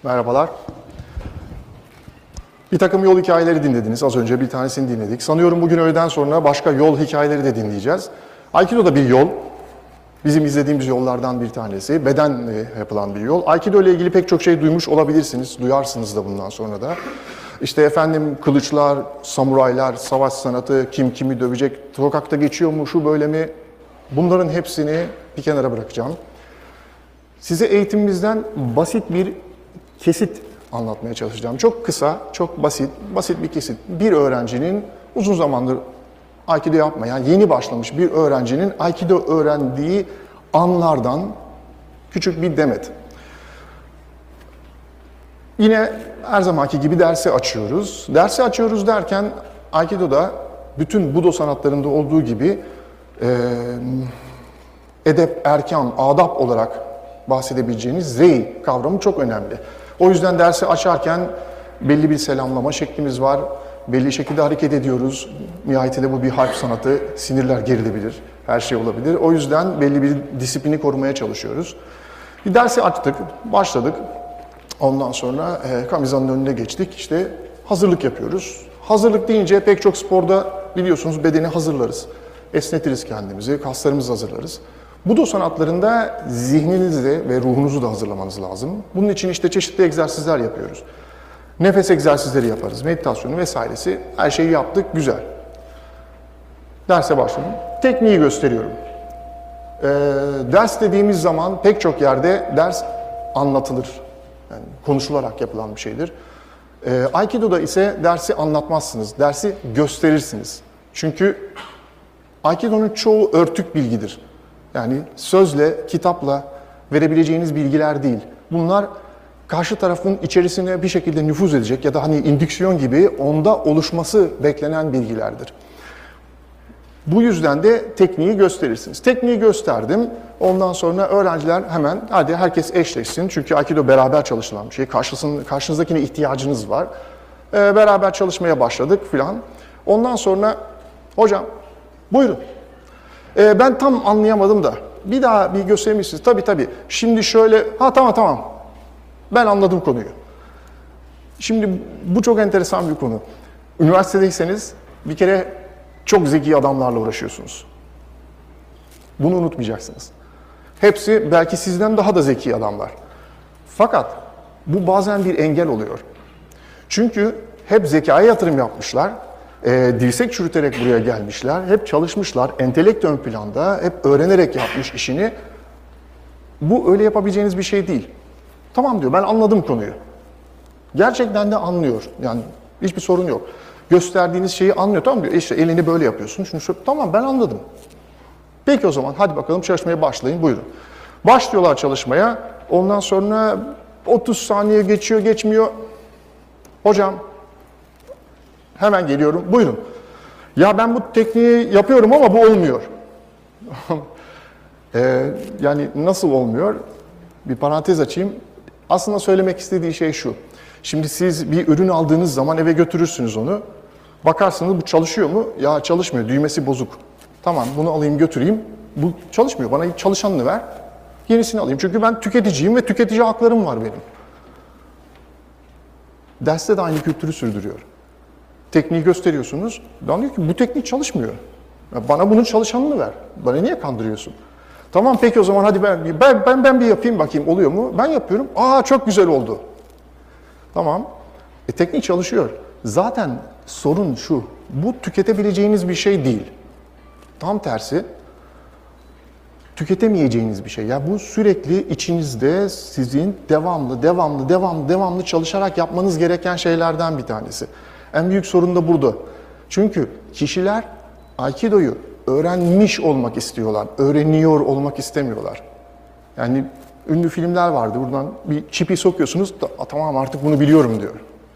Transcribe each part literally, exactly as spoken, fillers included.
Merhabalar. Bir takım yol hikayeleri dinlediniz. Az önce bir tanesini dinledik. Sanıyorum bugün öğleden sonra başka yol hikayeleri de dinleyeceğiz. Aikido da bir yol. Bizim izlediğimiz yollardan bir tanesi. Bedenle yapılan bir yol. Aikido ile ilgili pek çok şey duymuş olabilirsiniz. Duyarsınız da bundan sonra da. İşte efendim kılıçlar, samuraylar, savaş sanatı, kim kimi dövecek, sokakta geçiyor mu, şu böyle mi? Bunların hepsini bir kenara bırakacağım. Size eğitimimizden basit bir kesit anlatmaya çalışacağım. Çok kısa, çok basit, basit bir kesit. Bir öğrencinin uzun zamandır Aikido yapmayan, yeni başlamış bir öğrencinin Aikido öğrendiği anlardan küçük bir demet. Yine her zamanki gibi dersi açıyoruz. Dersi açıyoruz derken Aikido'da bütün Budo sanatlarında olduğu gibi e, edep, erkan, adap olarak bahsedebileceğiniz rei kavramı çok önemli. O yüzden dersi açarken belli bir selamlama şeklimiz var. Belli şekilde hareket ediyoruz. Nihayetinde bu bir harp sanatı. Sinirler gerilebilir. Her şey olabilir. O yüzden belli bir disiplini korumaya çalışıyoruz. Bir dersi açtık, başladık. Ondan sonra e, kamizanın önüne geçtik. İşte hazırlık yapıyoruz. Hazırlık deyince pek çok sporda biliyorsunuz bedeni hazırlarız. Esnetiriz kendimizi, kaslarımızı hazırlarız. Budo sanatlarında zihninizi ve ruhunuzu da hazırlamanız lazım. Bunun için işte çeşitli egzersizler yapıyoruz. Nefes egzersizleri yaparız, meditasyonu vesairesi. Her şeyi yaptık, güzel. Derse başladım. Tekniği gösteriyorum. Ee, ders dediğimiz zaman pek çok yerde ders anlatılır. Yani konuşularak yapılan bir şeydir. Ee, Aikido'da ise dersi anlatmazsınız, dersi gösterirsiniz. Çünkü Aikido'nun çoğu örtük bilgidir. Yani sözle, kitapla verebileceğiniz bilgiler değil. Bunlar karşı tarafın içerisine bir şekilde nüfuz edecek ya da hani indüksiyon gibi onda oluşması beklenen bilgilerdir. Bu yüzden de tekniği gösterirsiniz. Tekniği gösterdim. Ondan sonra öğrenciler hemen hadi herkes eşleşsin. Çünkü Aikido beraber çalışılan bir şey. Karşınızdakine ihtiyacınız var. Ee, beraber çalışmaya başladık filan. Ondan sonra hocam buyurun. Ee, ben tam anlayamadım da bir daha bir gösterir misiniz? Tabii tabii. Şimdi şöyle, ha tamam tamam. Ben anladım konuyu. Şimdi bu çok enteresan bir konu. Üniversitedeyseniz bir kere çok zeki adamlarla uğraşıyorsunuz. Bunu unutmayacaksınız. Hepsi belki sizden daha da zeki adamlar. Fakat bu bazen bir engel oluyor. Çünkü hep zekaya yatırım yapmışlar. E, dirsek çürüterek buraya gelmişler, hep çalışmışlar, entelekt ön planda, hep öğrenerek yapmış işini. Bu öyle yapabileceğiniz bir şey değil. Tamam diyor, ben anladım konuyu. Gerçekten de anlıyor, yani hiçbir sorun yok. Gösterdiğiniz şeyi anlıyor, tamam diyor, işte elini böyle yapıyorsun, şunu şöyle, tamam ben anladım. Peki o zaman hadi bakalım çalışmaya başlayın, buyurun. Başlıyorlar çalışmaya, ondan sonra otuz saniye geçiyor, geçmiyor. Hocam, hemen geliyorum. Buyurun. Ya ben bu tekniği yapıyorum ama bu olmuyor. ee, yani nasıl olmuyor? Bir parantez açayım. Aslında söylemek istediği şey şu. Şimdi siz bir ürün aldığınız zaman eve götürürsünüz onu. Bakarsınız bu çalışıyor mu? Ya çalışmıyor. Düğmesi bozuk. Tamam bunu alayım götüreyim. Bu çalışmıyor. Bana çalışanını ver. Yenisini alayım. Çünkü ben tüketiciyim ve tüketici haklarım var benim. Derste de aynı kültürü sürdürüyor. Tekniği gösteriyorsunuz. Ben diyor ki bu teknik çalışmıyor. Bana bunun çalışanını ver. Bana niye kandırıyorsun? Tamam peki o zaman hadi ben ben ben, ben bir yapayım bakayım oluyor mu? Ben yapıyorum. Aa çok güzel oldu. Tamam. E, teknik çalışıyor. Zaten sorun şu. Bu tüketebileceğiniz bir şey değil. Tam tersi. Tüketemeyeceğiniz bir şey. Ya bu sürekli içinizde sizin devamlı, devamlı, devamlı, devamlı çalışarak yapmanız gereken şeylerden bir tanesi. En büyük sorun da burada. Çünkü kişiler Aikido'yu öğrenmiş olmak istiyorlar, öğreniyor olmak istemiyorlar. Yani ünlü filmler vardı, buradan bir çipi sokuyorsunuz, tamam artık bunu biliyorum diyor.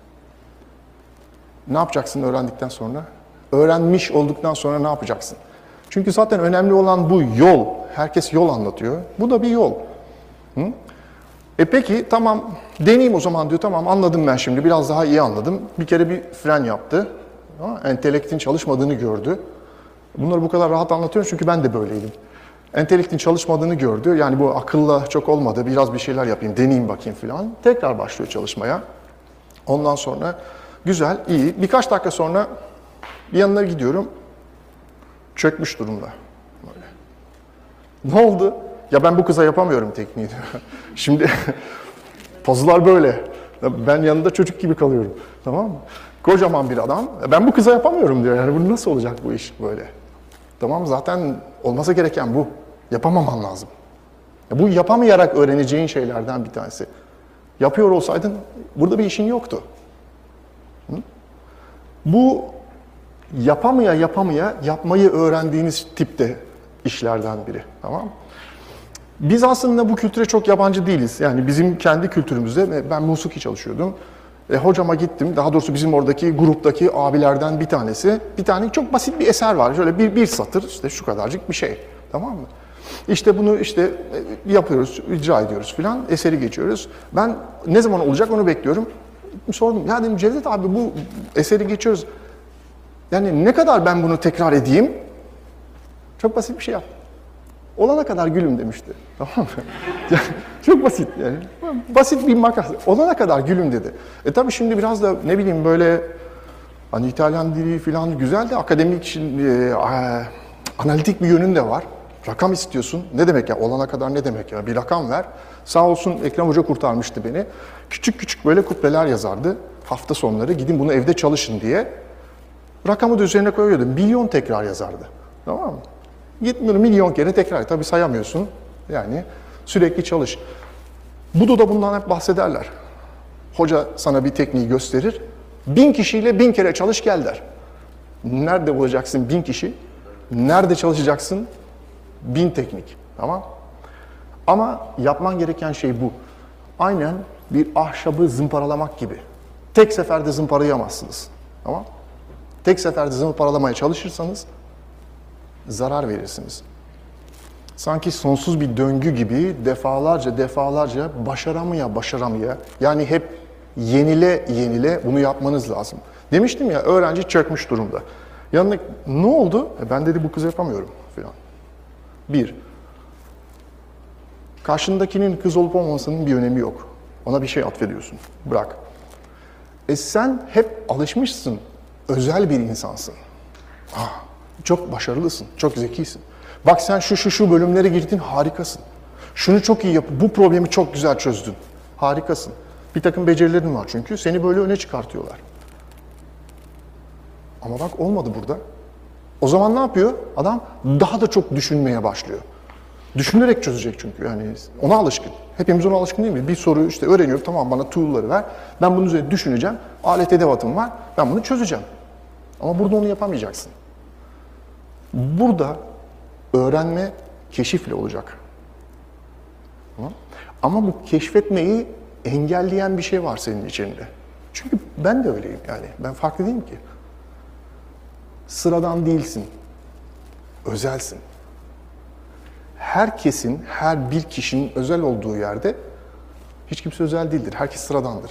Ne yapacaksın öğrendikten sonra? Öğrenmiş olduktan sonra ne yapacaksın? Çünkü zaten önemli olan bu yol. Herkes yol anlatıyor. Bu da bir yol. Hı? E peki tamam deneyeyim o zaman diyor. Tamam anladım ben şimdi biraz daha iyi anladım. Bir kere bir fren yaptı. Ama entelektin çalışmadığını gördü. Bunları bu kadar rahat anlatıyorum çünkü ben de böyleydim. Entelektin çalışmadığını gördü. Yani bu akılla çok olmadı. Biraz bir şeyler yapayım, deneyeyim bakayım falan. Tekrar başlıyor çalışmaya. Ondan sonra güzel, iyi. Birkaç dakika sonra bir yanına gidiyorum. Çökmüş durumda. Böyle. Ne oldu? Ya ben bu kıza yapamıyorum tekniği. Şimdi puzzle'lar böyle. Ben yanında çocuk gibi kalıyorum. Tamam mı? Kocaman bir adam. Ben bu kıza yapamıyorum diyor. Yani bu nasıl olacak bu iş böyle? Tamam, zaten olması gereken bu. Yapamaman lazım. Bu yapamayarak öğreneceğin şeylerden bir tanesi. Yapıyor olsaydın burada bir işin yoktu. Hı? Bu yapamaya yapamaya yapmayı öğrendiğiniz tipte işlerden biri. Tamam mı? Biz aslında bu kültüre çok yabancı değiliz. Yani bizim kendi kültürümüzde, ben musiki çalışıyordum. E, hocama gittim, daha doğrusu bizim oradaki gruptaki abilerden bir tanesi. Bir tane çok basit bir eser var. Şöyle bir, bir satır, işte şu kadarcık bir şey. Tamam mı? İşte bunu işte yapıyoruz, icra ediyoruz filan, eseri geçiyoruz. Ben ne zaman olacak onu bekliyorum. Sordum, ya dedim Cevdet abi bu eseri geçiyoruz. Yani ne kadar ben bunu tekrar edeyim? Çok basit bir şey yap. Olana kadar gülüm demişti. Tamam mı? Yani çok basit yani. Basit bir makas. Olana kadar gülüm dedi. E tabii şimdi biraz da ne bileyim böyle hani İtalyan dili falan güzel de akademik, e, analitik bir yönün de var. Rakam istiyorsun. Ne demek ya? Olana kadar ne demek ya? Bir rakam ver. Sağ olsun Ekrem Hoca kurtarmıştı beni. Küçük küçük böyle kupleler yazardı. Hafta sonları gidin bunu evde çalışın diye. Rakamı da üzerine koyuyordum. Milyon tekrar yazardı. Tamam mı? Gitmiyorum milyon kere tekrar. Tabii sayamıyorsun. Yani sürekli çalış. Budo'da bundan hep bahsederler. Hoca sana bir tekniği gösterir. Bin kişiyle bin kere çalış gel der. Nerede bulacaksın bin kişi? Nerede çalışacaksın? Bin teknik. Tamam. Ama yapman gereken şey bu. Aynen bir ahşabı zımparalamak gibi. Tek seferde zımparalayamazsınız. Tamam. Tek seferde zımparalamaya çalışırsanız zarar verirsiniz. Sanki sonsuz bir döngü gibi defalarca defalarca başaramaya başaramaya, yani hep yenile yenile bunu yapmanız lazım. Demiştim ya, öğrenci çökmüş durumda. Yanına ne oldu? E ben dedi bu kızı yapamıyorum falan. Bir, karşındakinin kız olup olmamasının bir önemi yok. Ona bir şey atfediyorsun. Bırak. E sen hep alışmışsın. Özel bir insansın. Ah, çok başarılısın. Çok zekisin. Bak sen şu şu şu bölümlere girdin, harikasın. Şunu çok iyi yap. Bu problemi çok güzel çözdün. Harikasın. Bir takım becerilerin var çünkü. Seni böyle öne çıkartıyorlar. Ama bak olmadı burada. O zaman ne yapıyor? Adam daha da çok düşünmeye başlıyor. Düşünerek çözecek çünkü. Yani ona alışkın. Hepimiz ona alışkın değil mi? Bir soru işte öğreniyorum. Tamam bana tool'ları ver. Ben bunun üzerine düşüneceğim. Alet edevatım var. Ben bunu çözeceğim. Ama burada onu yapamayacaksın. Burada öğrenme keşifle olacak. Ama bu keşfetmeyi engelleyen bir şey var senin içinde. Çünkü ben de öyleyim yani. Ben farklı değilim ki. Sıradan değilsin. Özelsin. Herkesin, her bir kişinin özel olduğu yerde hiç kimse özel değildir. Herkes sıradandır.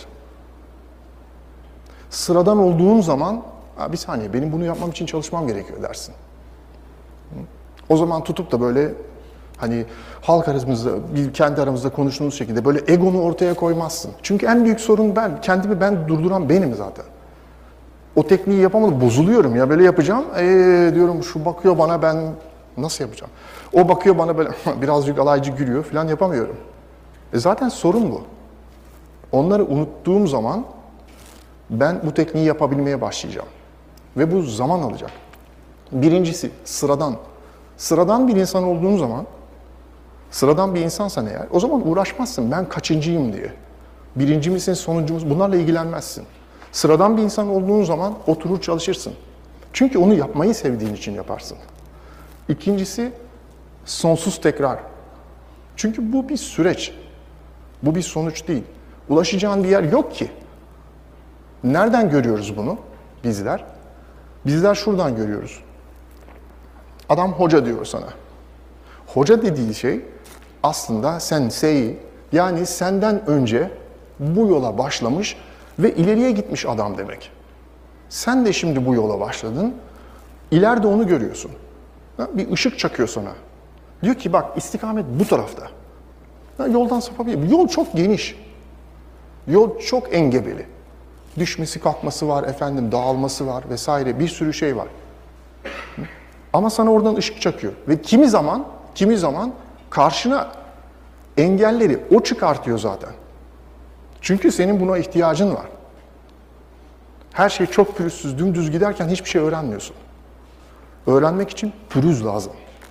Sıradan olduğun zaman, bir saniye benim bunu yapmam için çalışmam gerekiyor dersin. O zaman tutup da böyle hani halk aramızda, kendi aramızda konuştuğumuz şekilde böyle egonu ortaya koymazsın. Çünkü en büyük sorun ben, kendimi ben durduran benim zaten. O tekniği yapamadım, bozuluyorum ya böyle yapacağım. Ee, diyorum şu bakıyor bana, ben nasıl yapacağım? O bakıyor bana böyle birazcık alaycı gülüyor falan, yapamıyorum. E zaten sorun bu. Onları unuttuğum zaman ben bu tekniği yapabilmeye başlayacağım. Ve bu zaman alacak. Birincisi sıradan. Sıradan bir insan olduğun zaman, sıradan bir insansan eğer, o zaman uğraşmazsın ben kaçıncıyım diye. Birinci misin, sonuncu musun, bunlarla ilgilenmezsin. Sıradan bir insan olduğun zaman oturur çalışırsın. Çünkü onu yapmayı sevdiğin için yaparsın. İkincisi sonsuz tekrar. Çünkü bu bir süreç. Bu bir sonuç değil. Ulaşacağın bir yer yok ki. Nereden görüyoruz bunu bizler? Bizler şuradan görüyoruz. Adam hoca diyor sana. Hoca dediği şey aslında sensei, yani senden önce bu yola başlamış ve ileriye gitmiş adam demek. Sen de şimdi bu yola başladın, ileride onu görüyorsun. Bir ışık çakıyor sana. Diyor ki bak istikamet bu tarafta. Ya yoldan sapabilir. Yol çok geniş. Yol çok engebeli. Düşmesi kalkması var, efendim dağılması var vesaire bir sürü şey var. Ama sana oradan ışık çakıyor. Ve kimi zaman, kimi zaman karşına engelleri o çıkartıyor zaten. Çünkü senin buna ihtiyacın var. Her şey çok pürüzsüz, dümdüz giderken hiçbir şey öğrenmiyorsun. Öğrenmek için pürüz lazım.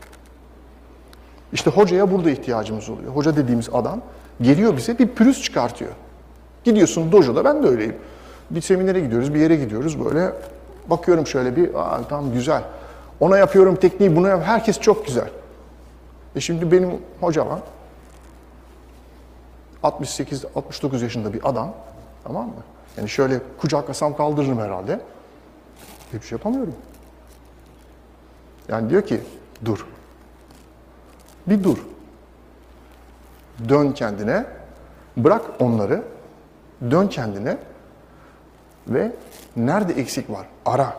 İşte hocaya burada ihtiyacımız oluyor. Hoca dediğimiz adam geliyor bize bir pürüz çıkartıyor. Gidiyorsun dojoda, ben de öyleyim. Bir seminere gidiyoruz, bir yere gidiyoruz böyle. Bakıyorum şöyle bir, aa tamam güzel. Ona yapıyorum tekniği, buna yap. Herkes çok güzel. E şimdi benim hocama altmış sekiz altmış dokuz yaşında bir adam, tamam mı? Yani şöyle kucaklasam kaldırırım herhalde. Hiçbir şey yapamıyorum. Yani diyor ki, dur. Bir dur. Dön kendine. Bırak onları. Dön kendine. Ve nerede eksik var? Ara.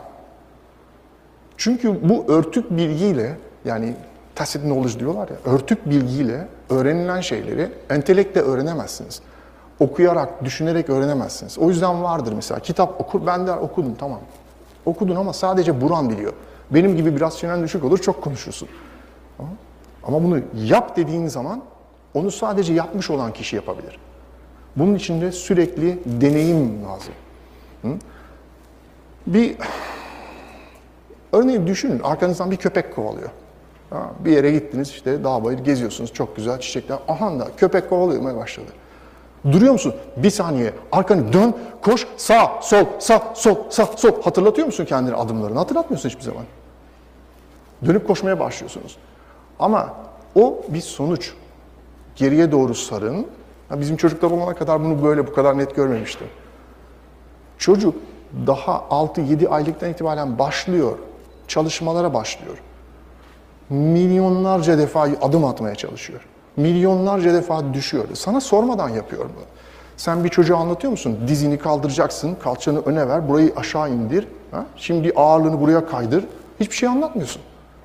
Çünkü bu örtük bilgiyle, yani tacit knowledge diyorlar ya, örtük bilgiyle öğrenilen şeyleri entelektle öğrenemezsiniz. Okuyarak, düşünerek öğrenemezsiniz. O yüzden vardır mesela, kitap okur, ben de okudum tamam. Okudun ama sadece buran biliyor. Benim gibi biraz çenen düşük olur, çok konuşursun. Ama bunu yap dediğin zaman, onu sadece yapmış olan kişi yapabilir. Bunun için de sürekli deneyim lazım. Hı? Bir örneğin düşünün, arkanızdan bir köpek kovalıyor. Ha, bir yere gittiniz, işte dağ bayır geziyorsunuz, çok güzel çiçekler. Aha da köpek kovalıyor başladı. Duruyor musun? Bir saniye, arkanı dön, koş, sağ, sol, sağ, sol, sağ, sol. Hatırlatıyor musun kendini adımlarını? Hatırlatmıyorsun hiçbir zaman. Dönüp koşmaya başlıyorsunuz. Ama o bir sonuç. Geriye doğru sarın. Bizim çocuklar olana kadar bunu böyle bu kadar net görmemiştim. Çocuk daha altı yedi aylıktan itibaren başlıyor. Çalışmalara başlıyor. Milyonlarca defa adım atmaya çalışıyor. Milyonlarca defa düşüyor. Sana sormadan yapıyor bunu. Sen bir çocuğa anlatıyor musun? Dizini kaldıracaksın, kalçanı öne ver, burayı aşağı indir. Ha? Şimdi ağırlığını buraya kaydır. Hiçbir şey anlatmıyorsun.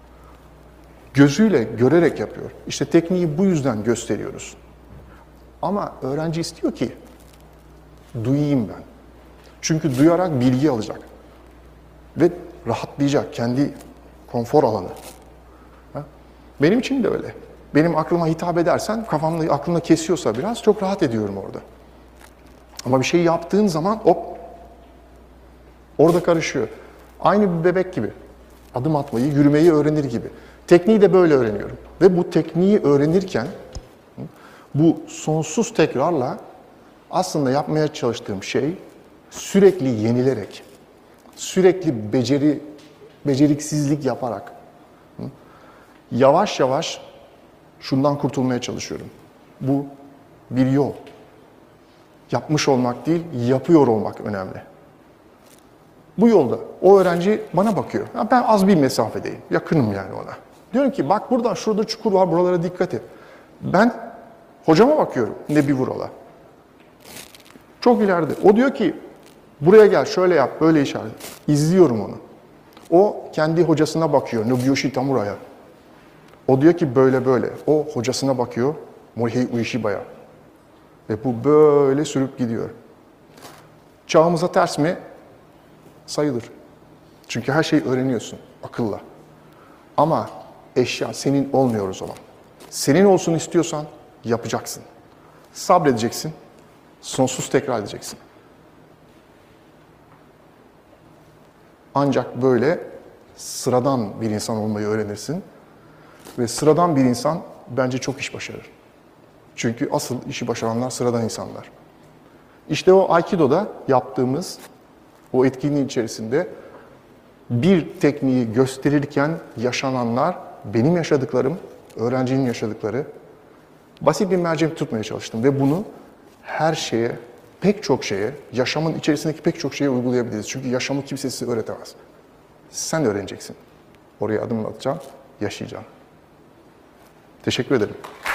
Gözüyle görerek yapıyor. İşte tekniği bu yüzden gösteriyoruz. Ama öğrenci istiyor ki duyayım ben. Çünkü duyarak bilgi alacak. Ve rahatlayacak kendi konfor alanı. Ha? Benim için de öyle. Benim aklıma hitap edersen, kafamda aklımda kesiyorsa biraz çok rahat ediyorum orada. Ama bir şey yaptığın zaman hop orada karışıyor. Aynı bir bebek gibi. Adım atmayı, yürümeyi öğrenir gibi. Tekniği de böyle öğreniyorum. Ve bu tekniği öğrenirken bu sonsuz tekrarla aslında yapmaya çalıştığım şey sürekli yenilerek, sürekli beceri, beceriksizlik yaparak yavaş yavaş şundan kurtulmaya çalışıyorum. Bu bir yol. Yapmış olmak değil, yapıyor olmak önemli. Bu yolda o öğrenci bana bakıyor. Ya ben az bir mesafedeyim, yakınım yani ona. Diyorum ki bak buradan şurada çukur var, buralara dikkat et. Ben hocama bakıyorum, ne bir vurala. Çok ileride. O diyor ki buraya gel, şöyle yap, böyle işaret. İzliyorum onu. O kendi hocasına bakıyor, Nobuyoshi Tamura'ya. O diyor ki böyle böyle. O hocasına bakıyor, Morihei Ueshiba'ya. Ve bu böyle sürüp gidiyor. Çağımıza ters mi? Sayılır. Çünkü her şeyi öğreniyorsun akılla. Ama eşya senin olmuyor o zaman. Senin olsun istiyorsan yapacaksın. Sabredeceksin. Sonsuz tekrar edeceksin. Ancak böyle sıradan bir insan olmayı öğrenirsin. Ve sıradan bir insan bence çok iş başarır. Çünkü asıl işi başaranlar sıradan insanlar. İşte o Aikido'da yaptığımız o etkinliğin içerisinde bir tekniği gösterirken yaşananlar, benim yaşadıklarım, öğrencinin yaşadıkları, basit bir mercek tutmaya çalıştım ve bunu her şeye, pek çok şeye, yaşamın içerisindeki pek çok şeye uygulayabiliriz. Çünkü yaşamı kimse size öğretemez. Sen öğreneceksin. Oraya adım atacaksın, yaşayacaksın. Teşekkür ederim.